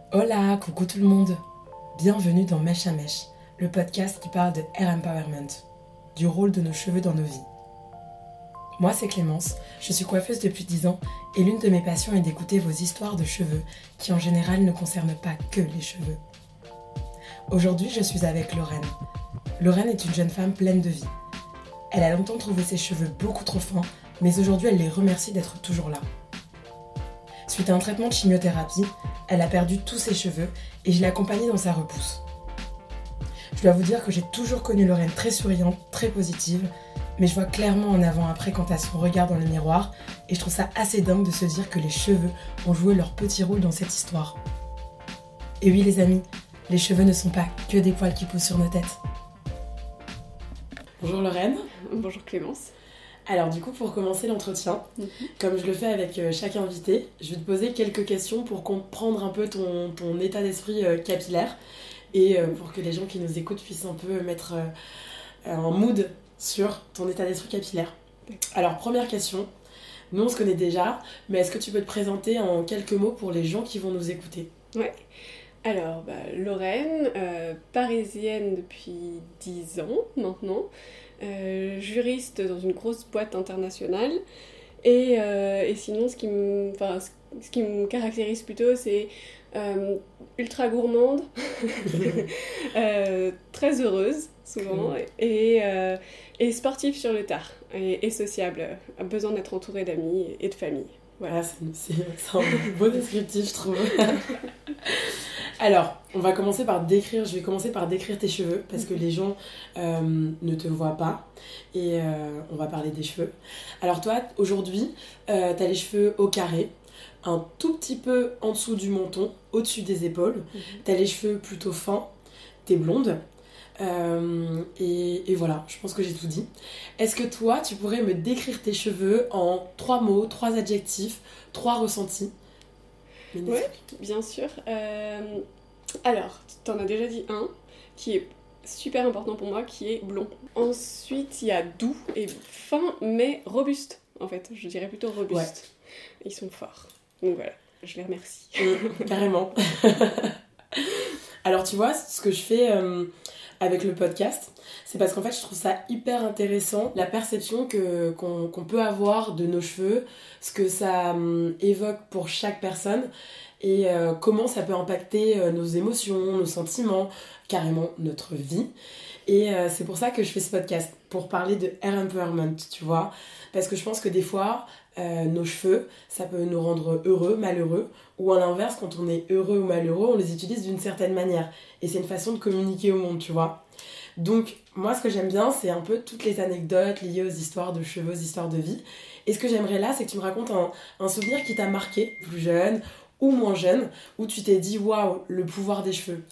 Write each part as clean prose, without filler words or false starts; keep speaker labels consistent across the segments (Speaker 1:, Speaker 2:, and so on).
Speaker 1: Hola, coucou tout le monde. Bienvenue dans Mèche à Mèche, le podcast qui parle de hair empowerment, du rôle de nos cheveux dans nos vies. Moi, c'est Clémence, je suis coiffeuse depuis 10 ans et l'une de mes passions est d'écouter vos histoires de cheveux qui en général ne concernent pas que les cheveux. Aujourd'hui, je suis avec Lorraine. Lorraine est une jeune femme pleine de vie. Elle a longtemps trouvé ses cheveux beaucoup trop fins, mais aujourd'hui elle les remercie d'être toujours là. Suite à un traitement de chimiothérapie, elle a perdu tous ses cheveux et je l'ai accompagnée dans sa repousse. Je dois vous dire que j'ai toujours connu Lorraine très souriante, très positive, mais je vois clairement en avant-après quant à son regard dans le miroir et je trouve ça assez dingue de se dire que les cheveux ont joué leur petit rôle dans cette histoire. Et oui les amis, les cheveux ne sont pas que des poils qui poussent sur nos têtes. Bonjour Lorraine.
Speaker 2: Bonjour Clémence.
Speaker 1: Alors du coup, pour commencer l'entretien, comme je le fais avec chaque invité, je vais te poser quelques questions pour comprendre un peu ton état d'esprit capillaire et pour que les gens qui nous écoutent puissent un peu mettre un mood sur ton état d'esprit capillaire. Alors première question, nous on se connaît déjà, mais est-ce que tu peux te présenter en quelques mots pour les gens qui vont nous écouter ?
Speaker 2: Ouais. Alors, Lorraine, parisienne depuis 10 ans maintenant, juriste dans une grosse boîte internationale. Et sinon, ce qui me caractérise plutôt, c'est ultra gourmande, très heureuse souvent, et sportive sur le tard, et sociable, a besoin d'être entourée d'amis et de famille. Voilà.
Speaker 1: C'est un beau descriptif, je trouve. Alors, je vais commencer par décrire tes cheveux parce que les gens ne te voient pas et on va parler des cheveux. Alors toi, aujourd'hui, t'as les cheveux au carré, un tout petit peu en dessous du menton, au-dessus des épaules. T'as les cheveux plutôt fins, t'es blonde. Et voilà, je pense que j'ai tout dit. Est-ce que toi, tu pourrais me décrire tes cheveux en 3 mots, 3 adjectifs, 3 ressentis ?
Speaker 2: Oui, bien sûr. Alors, tu en as déjà dit un, qui est super important pour moi, qui est blond. Ensuite, il y a doux et fin, mais robuste, en fait. Je dirais plutôt robuste. Ouais. Ils sont forts. Donc voilà, je les remercie.
Speaker 1: Carrément. Alors, tu vois, ce que je fais avec le podcast, c'est parce qu'en fait, je trouve ça hyper intéressant, la perception qu'on peut avoir de nos cheveux, ce que ça évoque pour chaque personne et comment ça peut impacter nos émotions, nos sentiments, carrément notre vie. Et c'est pour ça que je fais ce podcast, pour parler de hair empowerment, tu vois. Parce que je pense que des fois, nos cheveux, ça peut nous rendre heureux, malheureux, ou à l'inverse, quand on est heureux ou malheureux, on les utilise d'une certaine manière. Et c'est une façon de communiquer au monde, tu vois. Donc, moi, ce que j'aime bien, c'est un peu toutes les anecdotes liées aux histoires de cheveux, aux histoires de vie. Et ce que j'aimerais là, c'est que tu me racontes un souvenir qui t'a marqué, plus jeune ou moins jeune, où tu t'es dit, waouh, le pouvoir des cheveux.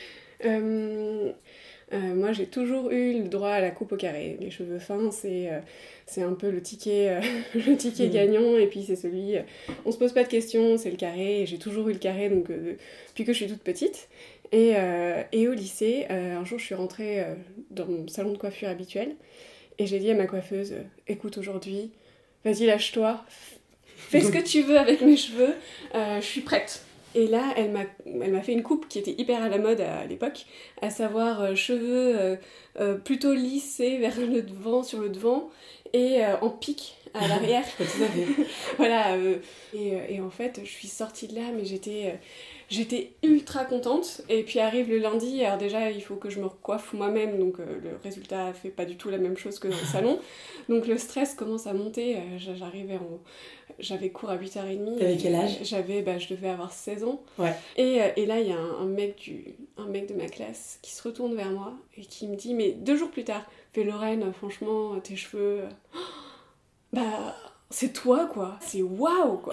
Speaker 2: Moi, j'ai toujours eu le droit à la coupe au carré. Les cheveux fins, c'est un peu le ticket gagnant, et puis c'est celui... on se pose pas de questions, c'est le carré, et j'ai toujours eu le carré, donc depuis que je suis toute petite. Et au lycée, un jour, je suis rentrée dans mon salon de coiffure habituel, et j'ai dit à ma coiffeuse, écoute, aujourd'hui, vas-y, lâche-toi, fais ce que tu veux avec mes cheveux, je suis prête. Et là, elle m'a fait une coupe qui était hyper à la mode à l'époque, à savoir cheveux plutôt lissés vers le devant, sur le devant, et en pique à l'arrière. Voilà. Et en fait, je suis sortie de là, mais j'étais ultra contente. Et puis arrive le lundi, alors déjà, il faut que je me recoiffe moi-même, donc le résultat fait pas du tout la même chose que dans le salon. Donc le stress commence à monter, j'avais cours à 8h30.
Speaker 1: T'avais quel âge ?
Speaker 2: Je devais avoir 16 ans.
Speaker 1: Ouais.
Speaker 2: Et là, il y a un mec de ma classe qui se retourne vers moi et qui me dit, mais 2 jours plus tard, fait Lorraine, franchement, tes cheveux, c'est toi, quoi. C'est waouh, quoi.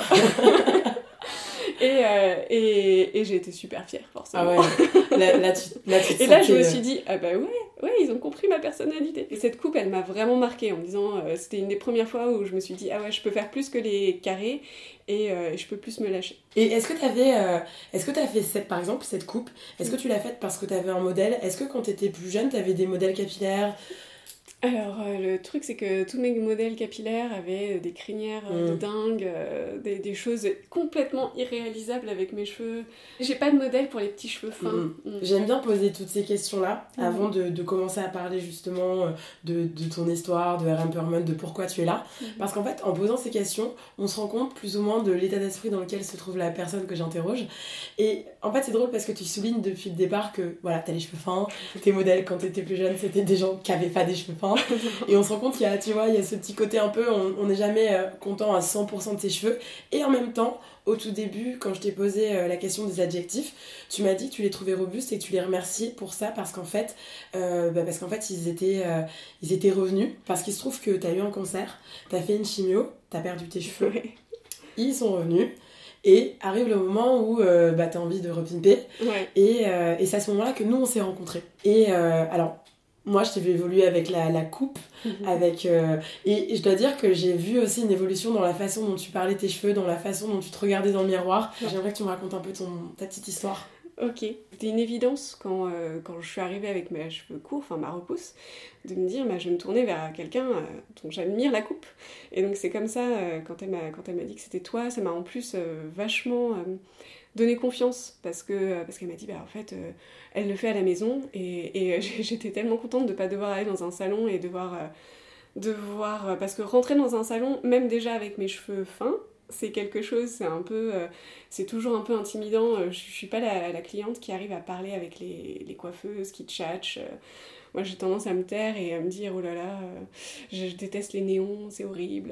Speaker 2: Et j'ai été super fière, forcément.
Speaker 1: Ah ouais, là tu te
Speaker 2: et là, je me suis dit, ouais, ils ont compris ma personnalité. Et cette coupe, elle m'a vraiment marquée en me disant, c'était une des premières fois où je me suis dit, ah ouais, je peux faire plus que les carrés et je peux plus me lâcher.
Speaker 1: Et est-ce que t'as fait par exemple cette coupe, est-ce que tu l'as faite parce que t'avais un modèle ? Est-ce que quand t'étais plus jeune, t'avais des modèles capillaires ?
Speaker 2: Alors, le truc, c'est que tous mes modèles capillaires avaient des crinières de dingue, des choses complètement irréalisables avec mes cheveux. J'ai pas de modèle pour les petits cheveux fins.
Speaker 1: J'aime bien poser toutes ces questions-là avant de commencer à parler justement de ton histoire, de RM Empowerment, de pourquoi tu es là. Parce qu'en fait, en posant ces questions, on se rend compte plus ou moins de l'état d'esprit dans lequel se trouve la personne que j'interroge. Et en fait, c'est drôle parce que tu soulignes depuis le départ que voilà, t'as les cheveux fins, tes modèles quand t'étais plus jeune, c'était des gens qui avaient pas des cheveux fins. Et on se rend compte qu'il y a, tu vois, il y a ce petit côté un peu, on n'est jamais content à 100% de ses cheveux. Et en même temps, au tout début, quand je t'ai posé la question des adjectifs, tu m'as dit que tu les trouvais robustes et que tu les remercies pour ça parce qu'en fait, ils étaient revenus. Parce qu'il se trouve que t'as eu un cancer, t'as fait une chimio, t'as perdu tes cheveux, ils sont revenus. Et arrive le moment où t'as envie de repimper. Et c'est à ce moment-là que nous, on s'est rencontrés. Et alors, moi, je t'ai vu évoluer avec la coupe. Et je dois dire que j'ai vu aussi une évolution dans la façon dont tu parlais tes cheveux, dans la façon dont tu te regardais dans le miroir. J'aimerais que tu me racontes un peu ta petite histoire.
Speaker 2: Ok. C'était une évidence quand je suis arrivée avec mes cheveux courts, enfin ma repousse, de me dire je vais me tourner vers quelqu'un dont j'admire la coupe. Et donc c'est comme ça, quand elle m'a dit que c'était toi, ça m'a en plus vachement donné confiance parce qu'elle m'a dit en fait elle le fait à la maison et j'étais tellement contente de ne pas devoir aller dans un salon et devoir parce que rentrer dans un salon, même déjà avec mes cheveux fins, c'est quelque chose, c'est toujours un peu intimidant. Je suis pas la cliente qui arrive à parler avec les coiffeuses, qui tchatchent. Moi, j'ai tendance à me taire et à me dire, oh là là, je déteste les néons, c'est horrible.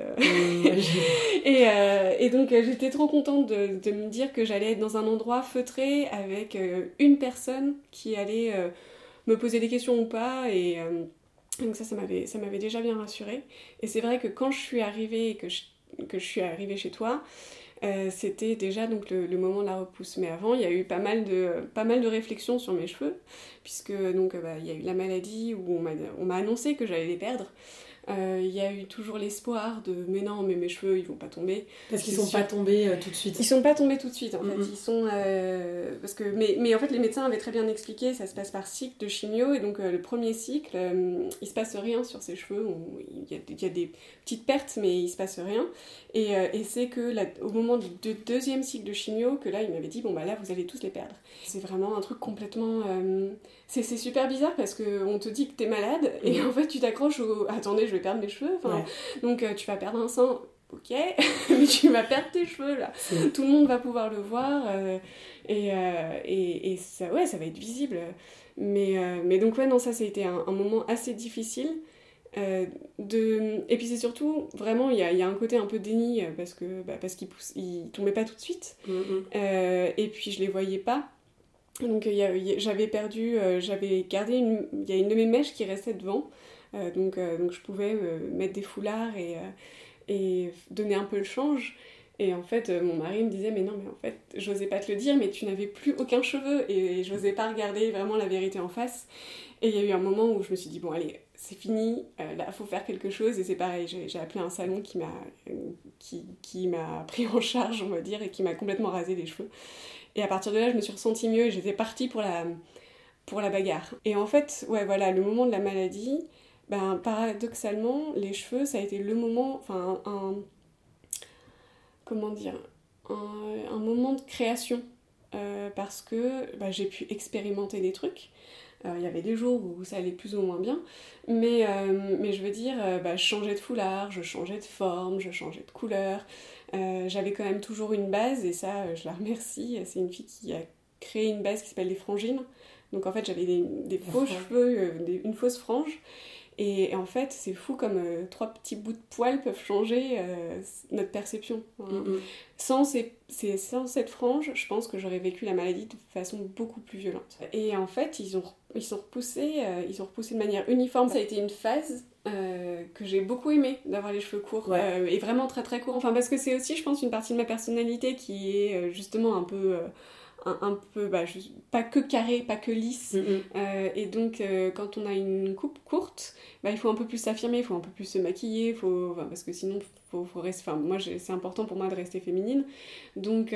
Speaker 2: Et donc, j'étais trop contente de me dire que j'allais être dans un endroit feutré avec une personne qui allait me poser des questions ou pas. Donc ça m'avait déjà bien rassurée. Et c'est vrai que quand je suis arrivée et que je suis arrivée chez toi, c'était déjà donc le moment de la repousse. Mais avant, il y a eu pas mal de réflexions sur mes cheveux, puisque donc il y a eu la maladie où on m'a annoncé que j'allais les perdre. Il y a eu toujours l'espoir de mais non, mais mes cheveux ils vont pas tomber
Speaker 1: parce qu'ils sont pas tombés tout de suite.
Speaker 2: Ils sont pas tombés tout de suite en fait. Ils sont parce que mais en fait les médecins avaient très bien expliqué, ça se passe par cycle de chimio et donc le premier cycle il se passe rien sur ses cheveux, il y a des petites pertes mais il se passe rien et c'est que au moment du deuxième cycle de chimio que là il m'avait dit là vous allez tous les perdre. C'est vraiment un truc complètement c'est super bizarre parce qu'on te dit que t'es malade et en fait tu t'accroches au attendez je vais perdre mes cheveux donc tu vas perdre un sein, ok, mais tu vas perdre tes cheveux là, tout le monde va pouvoir le voir et ça, ça va être visible mais donc non ça a été un moment assez difficile et puis c'est surtout vraiment il y a un côté un peu déni parce qu'ils tombaient pas tout de suite et puis je les voyais pas. Donc j'avais gardé il y a une de mes mèches qui restait devant donc je pouvais mettre des foulards et donner un peu le change et en fait mon mari me disait mais non mais en fait j'osais pas te le dire mais tu n'avais plus aucun cheveu et j'osais pas regarder vraiment la vérité en face et il y a eu un moment où je me suis dit bon allez c'est fini, là faut faire quelque chose et c'est pareil, j'ai appelé un salon qui m'a pris en charge on va dire et qui m'a complètement rasé les cheveux et à partir de là je me suis ressentie mieux et j'étais partie pour la bagarre et en fait le moment de la maladie paradoxalement les cheveux ça a été le moment un moment de création parce que j'ai pu expérimenter des trucs. Il y avait des jours où ça allait plus ou moins bien, mais je veux dire, je changeais de foulard, je changeais de forme, je changeais de couleur. J'avais quand même toujours une base, et ça, je la remercie. C'est une fille qui a créé une base qui s'appelle les frangines. Donc en fait, j'avais des faux cheveux, une fausse frange. Et en fait, c'est fou comme 3 petits bouts de poils peuvent changer notre perception. Sans cette frange, je pense que j'aurais vécu la maladie de façon beaucoup plus violente. Et en fait, ils ont repoussé de manière uniforme. Ça a été une phase que j'ai beaucoup aimé d'avoir les cheveux courts et vraiment très très courts. Parce que c'est aussi, je pense, une partie de ma personnalité qui est justement un peu pas que carré, pas que lisse. Et donc, quand on a une coupe courte, il faut un peu plus s'affirmer, il faut un peu plus se maquiller, parce que sinon, faut rester... moi, c'est important pour moi de rester féminine. Donc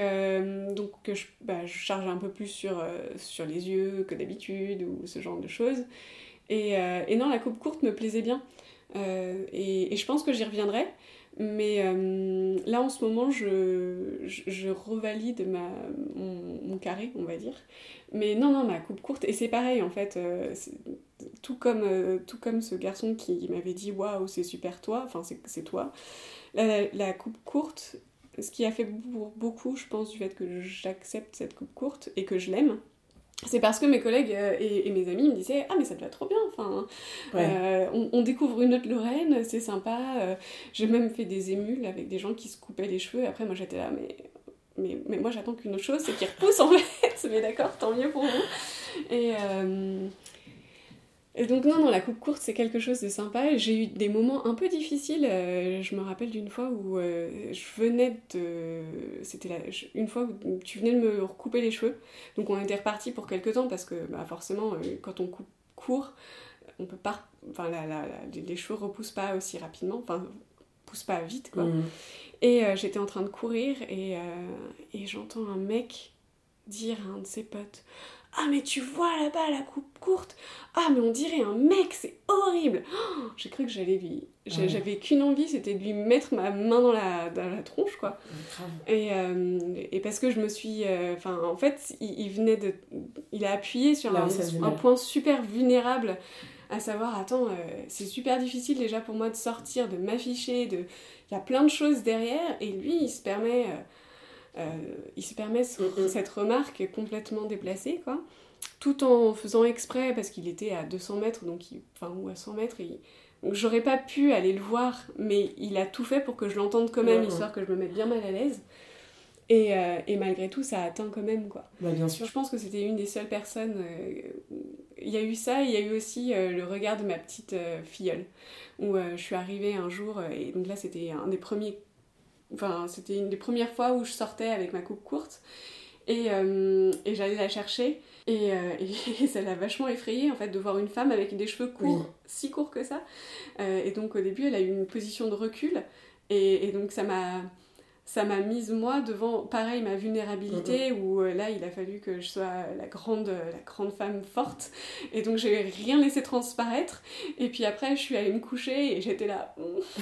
Speaker 2: je charge un peu plus sur les yeux que d'habitude, ou ce genre de choses. Et non, la coupe courte me plaisait bien. Et je pense que j'y reviendrai. Mais là, en ce moment, je revalide mon carré, on va dire. Mais non, ma coupe courte. Et c'est pareil, en fait. Tout comme ce garçon qui m'avait dit « Waouh, c'est super toi », enfin, c'est toi. La coupe courte, ce qui a fait beaucoup, je pense, du fait que j'accepte cette coupe courte et que je l'aime, c'est parce que mes collègues et mes amis me disaient « Ah, mais ça te va trop bien, enfin, on découvre une autre Lorraine, c'est sympa. » J'ai même fait des émules avec des gens qui se coupaient les cheveux. Après, moi, j'étais là, mais moi, j'attends qu'une autre chose, c'est qu'ils repoussent, en fait. Mais d'accord, tant mieux pour vous. Et donc non, la coupe courte, c'est quelque chose de sympa. J'ai eu des moments un peu difficiles. Je me rappelle d'une fois où je venais de... C'était une fois où tu venais de me recouper les cheveux. Donc on était repartis pour quelques temps parce que forcément, quand on coupe court, on peut pas... Enfin, les cheveux repoussent pas aussi rapidement. Enfin, poussent pas vite, quoi. Mmh. Et j'étais en train de courir et j'entends un mec dire à un de ses potes... Ah, mais tu vois là-bas la coupe courte. Ah, mais on dirait un mec, c'est horrible. Oh, j'ai cru que j'allais lui... J'avais qu'une envie, c'était de lui mettre ma main dans la tronche, quoi. Et parce que je me suis... en fait, il a appuyé sur un point super vulnérable, à savoir, attends, c'est super difficile déjà pour moi de sortir, de m'afficher, il y a plein de choses derrière, et lui, il se permet... cette remarque complètement déplacée, quoi, tout en faisant exprès, parce qu'il était à 200 mètres, ou à 100 mètres, donc j'aurais pas pu aller le voir, mais il a tout fait pour que je l'entende quand même, histoire que je me mette bien mal à l'aise. Et malgré tout, ça atteint quand même, quoi.
Speaker 1: Bah, bien sûr.
Speaker 2: Je pense que c'était une des seules personnes... Il y a eu ça, et il y a eu aussi le regard de ma petite filleule, où je suis arrivée un jour, et donc là, c'était un des premiers... c'était une des premières fois où je sortais avec ma coupe courte et j'allais la chercher et ça l'a vachement effrayée en fait de voir une femme avec des cheveux courts, si courts que ça, et donc au début elle a eu une position de recul et donc ça m'a mise moi devant pareil ma vulnérabilité où là il a fallu que je sois la grande femme forte et donc j'ai rien laissé transparaître et puis après je suis allée me coucher et j'étais là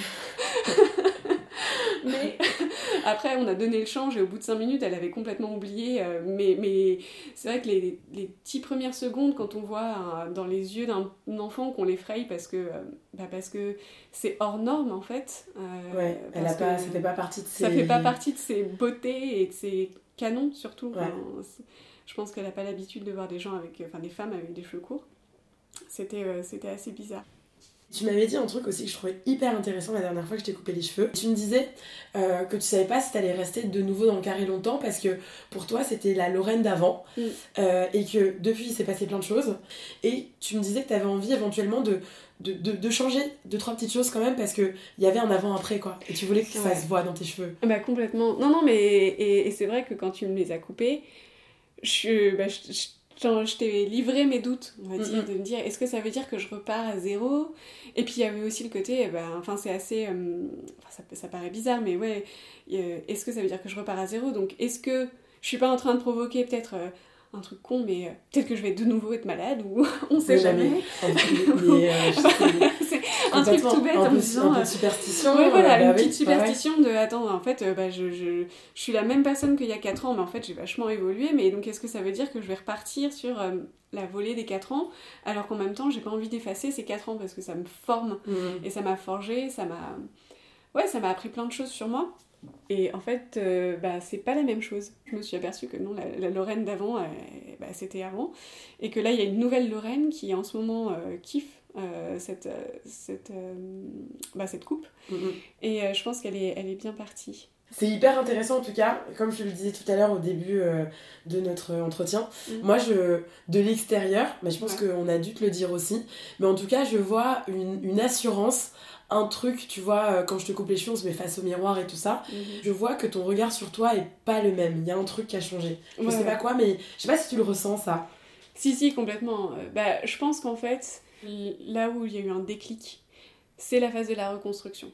Speaker 2: mais après on a donné le change et au bout de 5 minutes elle avait complètement oublié mais c'est vrai que les 10 premières secondes quand on voit dans les yeux d'un enfant qu'on l'effraie parce que c'est hors norme en fait
Speaker 1: ça fait pas partie
Speaker 2: de ses beautés et de ses canons surtout je pense qu'elle a pas l'habitude de voir des femmes avec des cheveux courts. C'était assez bizarre.
Speaker 1: Tu m'avais dit un truc aussi que je trouvais hyper intéressant la dernière fois que je t'ai coupé les cheveux. Tu me disais que tu savais pas si t'allais rester de nouveau dans le carré longtemps parce que pour toi c'était la Lorraine d'avant et que depuis il s'est passé plein de choses et tu me disais que t'avais envie éventuellement de changer 2-3 petites choses quand même parce qu'il y avait un avant-après quoi et tu voulais que ça se voit dans tes cheveux.
Speaker 2: Bah complètement. Non mais et c'est vrai que quand tu me les as coupés je t'ai livré mes doutes, on va dire, de me dire est-ce que ça veut dire que je repars à zéro ? Et puis il y avait aussi le côté, c'est assez... ça paraît bizarre, mais ouais, est-ce que ça veut dire que je repars à zéro ? Donc est-ce que je suis pas en train de provoquer peut-être un truc con, mais peut-être que je vais de nouveau être malade, ou on sait jamais. C'est un truc tout bête en me disant...
Speaker 1: Un peu de superstition.
Speaker 2: Ouais, voilà, une petite superstition de... Attends, en fait, je suis la même personne qu'il y a 4 ans, mais en fait, j'ai vachement évolué, mais donc est-ce que ça veut dire que je vais repartir sur la volée des 4 ans, alors qu'en même temps, j'ai pas envie d'effacer ces 4 ans, parce que ça me forme, et ça m'a forgé, ça m'a appris plein de choses sur moi. Et en fait, c'est pas la même chose. Je me suis aperçue que non, la Lorraine d'avant, c'était avant. Et que là, il y a une nouvelle Lorraine qui, en ce moment, kiffe cette coupe. Et je pense qu'elle est bien partie.
Speaker 1: C'est hyper intéressant en tout cas, comme je te le disais tout à l'heure au début de notre entretien. Moi, de l'extérieur, mais je pense qu'on a dû te le dire aussi, mais en tout cas, je vois une assurance, un truc, tu vois, quand je te coupe les cheveux, on se met face au miroir et tout ça, je vois que ton regard sur toi est pas le même, il y a un truc qui a changé. Je sais pas quoi, mais je sais pas si tu le ressens ça.
Speaker 2: Si, complètement. Je pense qu'en fait, là où il y a eu un déclic, c'est la phase de la reconstruction.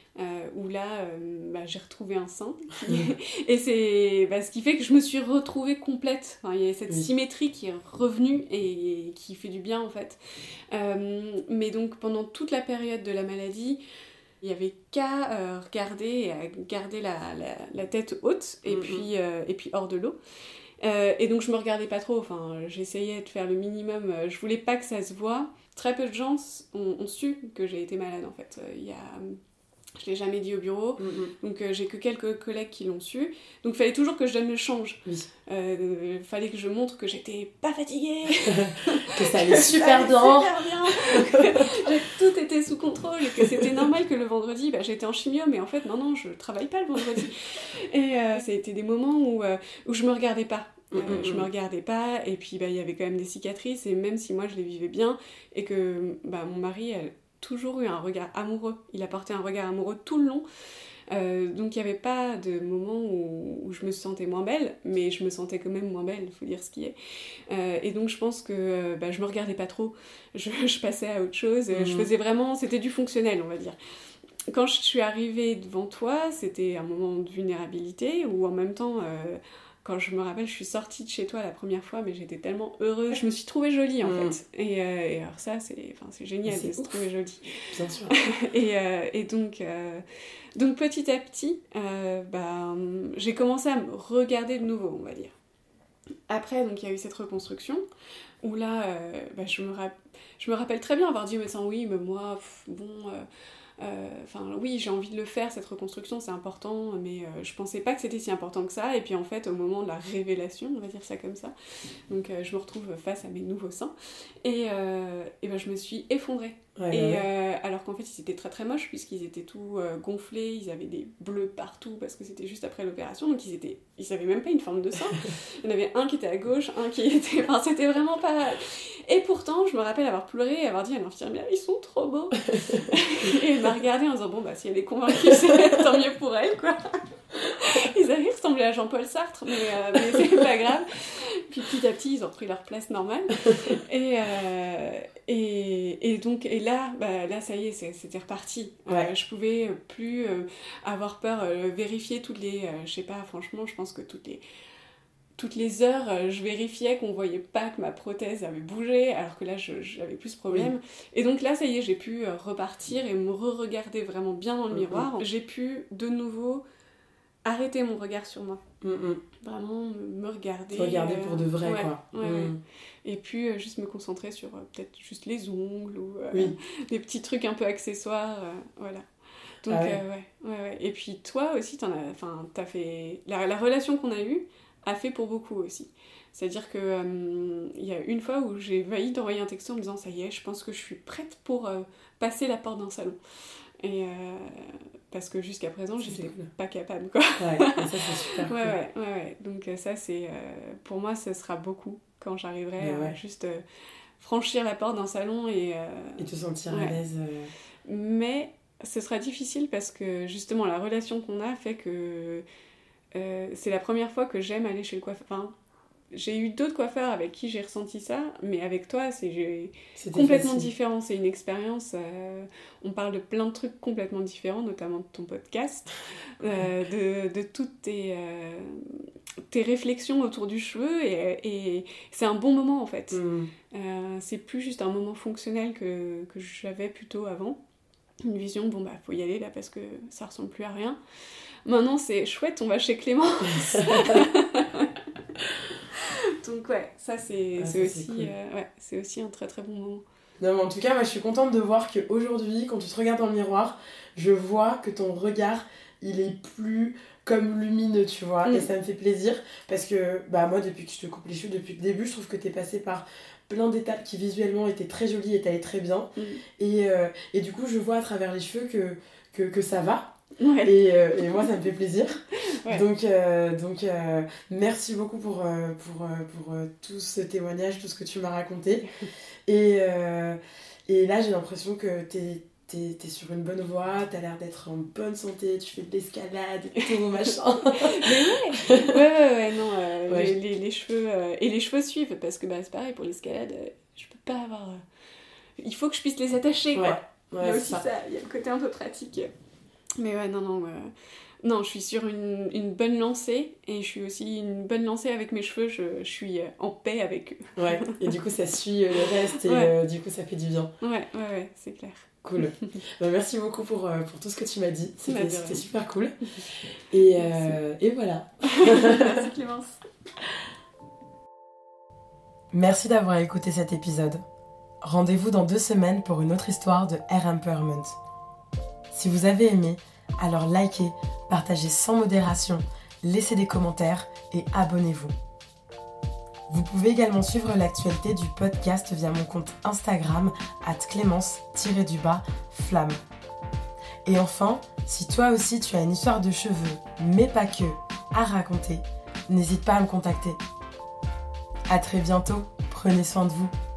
Speaker 2: où là, j'ai retrouvé un sein. Et c'est ce qui fait que je me suis retrouvée complète. Enfin, il y a cette symétrie qui est revenue et qui fait du bien, en fait. Mais donc, pendant toute la période de la maladie, il n'y avait qu'à regarder et à garder la tête haute et puis hors de l'eau. Et donc je me regardais pas trop, enfin j'essayais de faire le minimum, je voulais pas que ça se voie. Très peu de gens ont su que j'ai été malade en fait. Je l'ai jamais dit au bureau, donc j'ai que quelques collègues qui l'ont su. Donc il fallait toujours que je donne le change. Fallait que je montre que j'étais pas fatiguée,
Speaker 1: que ça allait super bien,
Speaker 2: tout était sous contrôle et que c'était normal que le vendredi, j'étais en chimio, mais en fait non, je travaille pas le vendredi. Et ça a été des moments où je me regardais pas. Je me regardais pas, et puis il y avait quand même des cicatrices, et même si moi je les vivais bien, et que mon mari a toujours eu un regard amoureux, il a porté un regard amoureux tout le long, donc il n'y avait pas de moment où je me sentais moins belle, mais je me sentais quand même moins belle, il faut dire ce qui est. Et donc je pense que je me regardais pas trop, je passais à autre chose, je faisais vraiment, c'était du fonctionnel on va dire. Quand je suis arrivée devant toi, c'était un moment de vulnérabilité, où en même temps... Quand je me rappelle, je suis sortie de chez toi la première fois, mais j'étais tellement heureuse. Je me suis trouvée jolie, en fait. Et alors ça, c'est génial de se trouver jolie.
Speaker 1: Bien sûr.
Speaker 2: et donc petit à petit, j'ai commencé à me regarder de nouveau, on va dire. Après, donc, il y a eu cette reconstruction, où là, je me rappelle très bien avoir dit au médecin, oui, mais moi, oui, j'ai envie de le faire, cette reconstruction, c'est important, mais je pensais pas que c'était si important que ça. Et puis en fait, au moment de la révélation, on va dire ça comme ça, donc je me retrouve face à mes nouveaux seins, et je me suis effondrée. Alors qu'en fait, ils étaient très très moches, puisqu'ils étaient tout gonflés, ils avaient des bleus partout, parce que c'était juste après l'opération, donc ils avaient même pas une forme de sein. Il y en avait un qui était à gauche, un qui était... Enfin, c'était vraiment pas... Et pourtant, je me rappelle avoir pleuré et avoir dit à l'infirmière, ils sont trop beaux. Et elle m'a regardée en disant, si elle est convaincue, c'est tant mieux pour elle, quoi. Ils avaient ressemblé à Jean-Paul Sartre, mais c'est pas grave. Puis petit à petit, ils ont repris leur place normale. Et donc, là, ça y est, c'était reparti. Je pouvais plus avoir peur, vérifier toutes les... je sais pas, franchement, je pense que toutes les heures, je vérifiais qu'on voyait pas que ma prothèse avait bougé, alors que là, j'avais plus ce problème. Et donc là, ça y est, j'ai pu repartir et me re-regarder vraiment bien dans le miroir. J'ai pu, de nouveau, arrêter mon regard sur moi. Vraiment me regarder.
Speaker 1: Regarder pour de vrai, quoi.
Speaker 2: Et puis, juste me concentrer sur peut-être juste les ongles ou des petits trucs un peu accessoires. Voilà. Donc, Et puis, toi aussi, t'as fait... La relation qu'on a eue a fait pour beaucoup aussi. C'est-à-dire que y a une fois où j'ai failli t'envoyer un texto en me disant ça y est, je pense que je suis prête pour passer la porte d'un salon. Et parce que jusqu'à présent, j'étais pas capable, quoi.
Speaker 1: Ça c'est super cool.
Speaker 2: Ouais. Donc ça, c'est... pour moi, ce sera beaucoup quand j'arriverai à juste franchir la porte d'un salon et
Speaker 1: te sentir à l'aise.
Speaker 2: Mais ce sera difficile parce que, justement, la relation qu'on a fait que... c'est la première fois que j'aime aller chez le coiffeur. Enfin, j'ai eu d'autres coiffeurs avec qui j'ai ressenti ça, mais avec toi, c'était complètement différent. C'est une expérience. On parle de plein de trucs complètement différents, notamment de ton podcast, de toutes tes réflexions autour du cheveu, et c'est un bon moment en fait. C'est plus juste un moment fonctionnel que j'avais plutôt avant. Une vision, faut y aller là parce que ça ressemble plus à rien. Maintenant, c'est chouette, on va chez Clémence. Donc ça c'est aussi, cool. C'est aussi un très très bon moment.
Speaker 1: Non, mais en tout cas, moi je suis contente de voir qu'aujourd'hui, quand tu te regardes dans le miroir, je vois que ton regard, il est plus comme lumineux, tu vois. Et ça me fait plaisir parce que moi, depuis que je te coupe les cheveux, depuis le début, je trouve que t'es passée par plein d'étapes qui visuellement étaient très jolies et t'allais très bien. Et du coup, je vois à travers les cheveux que ça va. Et moi ça me fait plaisir. Donc merci beaucoup pour tout ce témoignage, tout ce que tu m'as raconté. Et là j'ai l'impression que t'es sur une bonne voie, t'as l'air d'être en bonne santé, tu fais de l'escalade et tout machin.
Speaker 2: Mais non, les cheveux et les cheveux suivent parce que c'est pareil pour l'escalade, je peux pas avoir, il faut que je puisse les attacher, quoi. Il y a aussi ça, il y a le côté un peu pratique. Mais ouais, non, je suis sur une bonne lancée et je suis aussi une bonne lancée avec mes cheveux, je suis en paix avec eux.
Speaker 1: Ouais, et du coup ça suit le reste et du coup ça fait du bien.
Speaker 2: Ouais, c'est clair.
Speaker 1: Cool. Merci beaucoup pour tout ce que tu m'as dit, c'était super cool. Et voilà.
Speaker 2: Merci Clémence.
Speaker 1: Merci d'avoir écouté cet épisode. Rendez-vous dans 2 semaines pour une autre histoire de Hair Empowerment. Si vous avez aimé, alors likez, partagez sans modération, laissez des commentaires et abonnez-vous. Vous pouvez également suivre l'actualité du podcast via mon compte Instagram @clémence_flamme. Et enfin, si toi aussi tu as une histoire de cheveux, mais pas que, à raconter, n'hésite pas à me contacter. À très bientôt, prenez soin de vous.